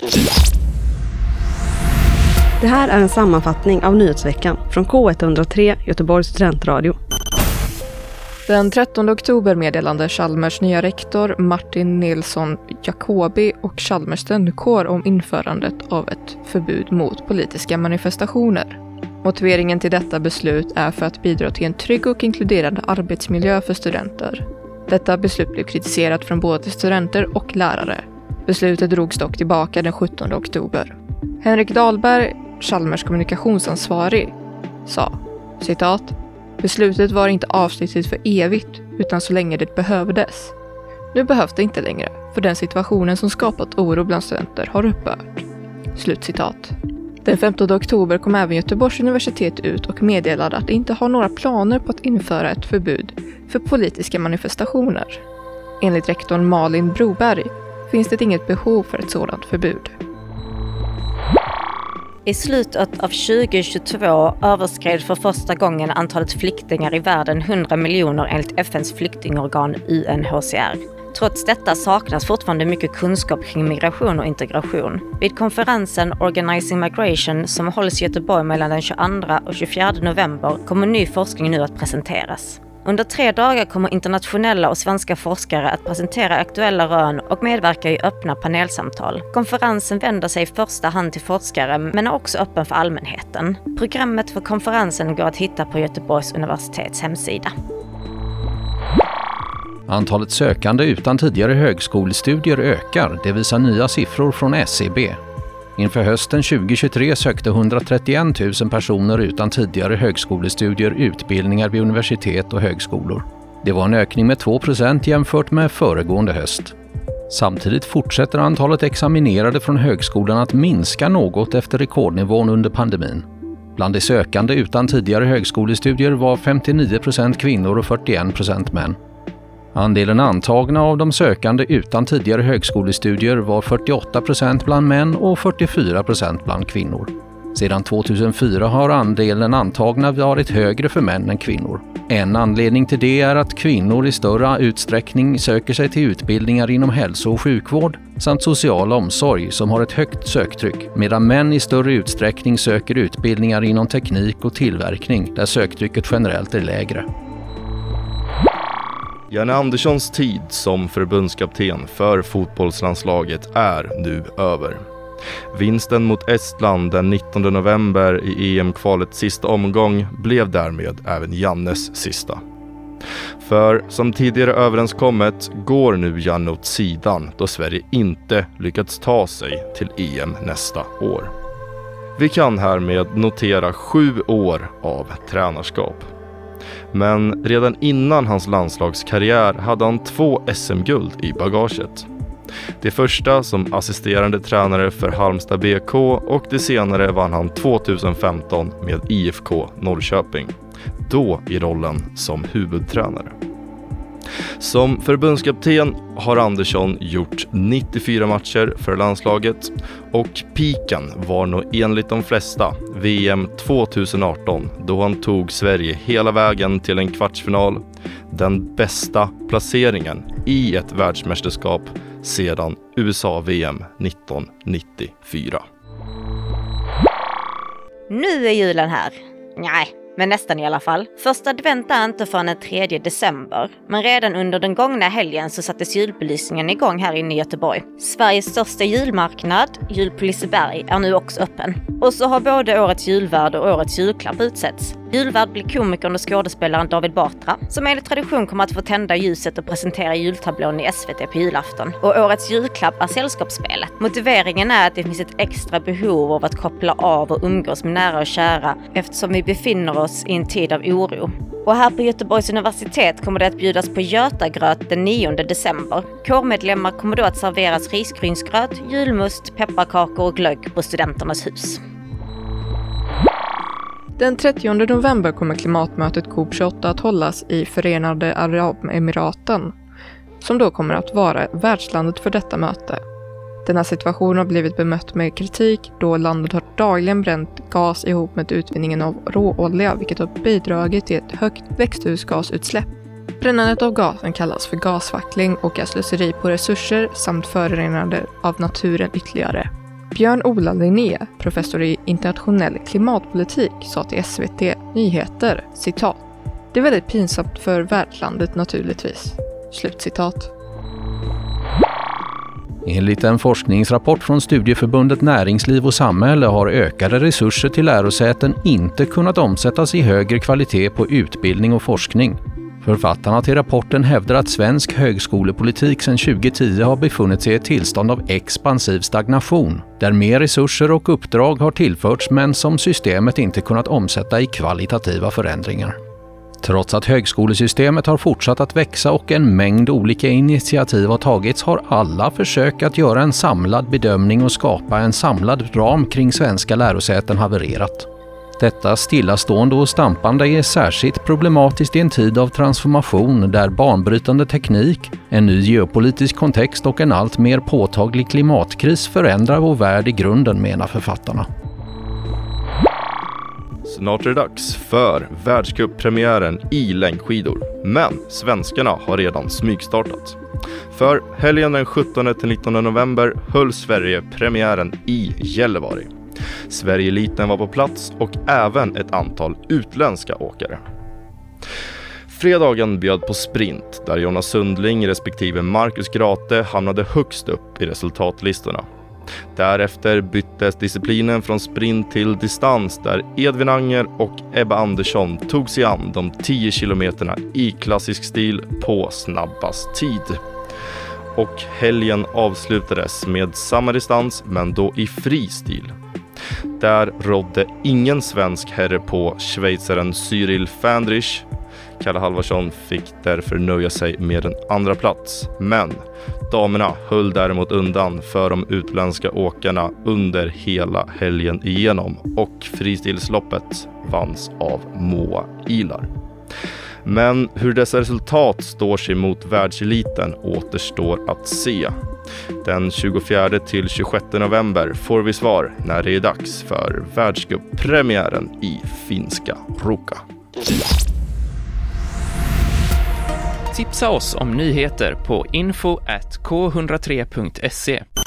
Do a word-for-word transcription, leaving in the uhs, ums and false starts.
Det här är en sammanfattning av nyhetsveckan från K ett noll tre Göteborgs studentradio. Den trettonde oktober meddelade Chalmers nya rektor Martin Nilsson Jacobi och Chalmers studentkår om införandet av ett förbud mot politiska manifestationer. Motiveringen till detta beslut är för att bidra till en trygg och inkluderande arbetsmiljö för studenter. Detta beslut blev kritiserat från både studenter och lärare. Beslutet drogs dock tillbaka den sjuttonde oktober. Henrik Dahlberg, Chalmers kommunikationsansvarig, sa, citat, beslutet var inte avslutat för evigt utan så länge det behövdes. Nu behövs det inte längre, för den situationen som skapat oro bland studenter har upphört. Slutcitat. Den femtonde oktober kom även Göteborgs universitet ut och meddelade att det inte har några planer på att införa ett förbud för politiska manifestationer. Enligt rektorn Malin Broberg finns det inget behov för ett sådant förbud. I slutet av tjugo tjugotvå överskred för första gången antalet flyktingar i världen hundra miljoner enligt F N:s flyktingorgan U N H C R. Trots detta saknas fortfarande mycket kunskap kring migration och integration. Vid konferensen Organizing Migration som hålls i Göteborg mellan den tjugoandra och tjugofjärde november kommer ny forskning nu att presenteras. Under tre dagar kommer internationella och svenska forskare att presentera aktuella rön och medverka i öppna panelsamtal. Konferensen vänder sig i första hand till forskare men är också öppen för allmänheten. Programmet för konferensen går att hitta på Göteborgs universitets hemsida. Antalet sökande utan tidigare högskolestudier ökar, det visar nya siffror från S C B. Inför hösten tjugo tjugotre sökte hundratrettioen tusen personer utan tidigare högskolestudier utbildningar vid universitet och högskolor. Det var en ökning med två procent jämfört med föregående höst. Samtidigt fortsätter antalet examinerade från högskolan att minska något efter rekordnivån under pandemin. Bland de sökande utan tidigare högskolestudier var femtionio procent kvinnor och fyrtioen procent män. Andelen antagna av de sökande utan tidigare högskolestudier var fyrtioåtta procent bland män och fyrtiofyra procent bland kvinnor. Sedan tvåtusenfyra har andelen antagna varit högre för män än kvinnor. En anledning till det är att kvinnor i större utsträckning söker sig till utbildningar inom hälso- och sjukvård samt social omsorg som har ett högt söktryck, medan män i större utsträckning söker utbildningar inom teknik och tillverkning där söktrycket generellt är lägre. Janne Anderssons tid som förbundskapten för fotbollslandslaget är nu över. Vinsten mot Estland den nittonde november i E M-kvalets sista omgång blev därmed även Jannes sista. För som tidigare överenskommet går nu Janne åt sidan då Sverige inte lyckats ta sig till E M nästa år. Vi kan härmed notera sju år av tränarskap. Men redan innan hans landslagskarriär hade han två S M-guld i bagaget. Det första som assisterande tränare för Halmstad B K och det senare vann han tjugohundrafemton med I F K Norrköping, då i rollen som huvudtränare. Som förbundskapten har Andersson gjort nittiofyra matcher för landslaget och piken var nog enligt de flesta V M tjugoarton då han tog Sverige hela vägen till en kvartsfinal, den bästa placeringen i ett världsmästerskap sedan U S A-V M nittonhundranittiofyra. Nu är julen här. Nej. Men nästan i alla fall. Första advent är inte förrän den tredje december. Men redan under den gångna helgen så sattes julbelysningen igång här inne i Göteborg. Sveriges största julmarknad, Jul på Liseberg, är nu också öppen. Och så har både årets julvärd och årets julklapp utsetts. Julvärd blir komikern och skådespelaren David Batra, som enligt tradition kommer att få tända ljuset och presentera jultablån i S V T på julafton. Och årets julklapp är sällskapsspelet. Motiveringen är att det finns ett extra behov av att koppla av och umgås med nära och kära eftersom vi befinner oss i en tid av oro. Och här på Göteborgs universitet kommer det att bjudas på Götagröt den nionde december. Kårmedlemmar kommer då att serveras risgrynsgröt, julmust, pepparkakor och glögg på studenternas hus. Den trettionde november kommer klimatmötet C O P tjugoåtta att hållas i Förenade Arabemiraten, som då kommer att vara världslandet för detta möte. Denna situation har blivit bemött med kritik då landet har dagligen bränt gas ihop med utvinningen av råolja, vilket har bidragit till ett högt växthusgasutsläpp. Brännandet av gasen kallas för gasfackling och är slöseri på resurser samt förorenande av naturen ytterligare. Björn-Ola Linné, professor i internationell klimatpolitik, sa till S V T Nyheter, citat, "Det är väldigt pinsamt för värdlandet naturligtvis." Slutcitat. Enligt en forskningsrapport från Studieförbundet Näringsliv och Samhälle har ökade resurser till lärosäten inte kunnat omsättas i högre kvalitet på utbildning och forskning. Författarna till rapporten hävdar att svensk högskolepolitik sedan tjugo tio har befunnit sig i ett tillstånd av expansiv stagnation, där mer resurser och uppdrag har tillförts men som systemet inte kunnat omsätta i kvalitativa förändringar. Trots att högskolesystemet har fortsatt att växa och en mängd olika initiativ har tagits har alla försök att göra en samlad bedömning och skapa en samlad ram kring svenska lärosäten havererat. Detta stillastående och stampande är särskilt problematiskt i en tid av transformation där banbrytande teknik, en ny geopolitisk kontext och en allt mer påtaglig klimatkris förändrar vår värld i grunden, menar författarna. Snart är det dags för världscuppremiären i längdskidor. Men svenskarna har redan smygstartat. För helgen den sjuttonde till nittonde november höll Sverige premiären i Gällivare. Sverige-eliten var på plats och även ett antal utländska åkare. Fredagen bjöd på sprint där Jonas Sundling respektive Marcus Grate hamnade högst upp i resultatlistorna. Därefter byttes disciplinen från sprint till distans där Edvin Anger och Ebba Andersson tog sig an de tio kilometerna i klassisk stil på snabbast tid. Och helgen avslutades med samma distans men då i fri stil. Där rådde ingen svensk herre på schweizaren Cyril Fandrich. Kalle Halvarsson fick därför nöja sig med en andra plats. Men damerna höll däremot undan för de utländska åkarna under hela helgen igenom och fristilsloppet vanns av Moa Ilar. Men hur dessa resultat står sig mot världseliten återstår att se. Den tjugofjärde till tjugosjätte november får vi svar när det är dags för världscuppremiären i finska Ruka. Tipsa oss om nyheter på info at k hundra tre punkt se.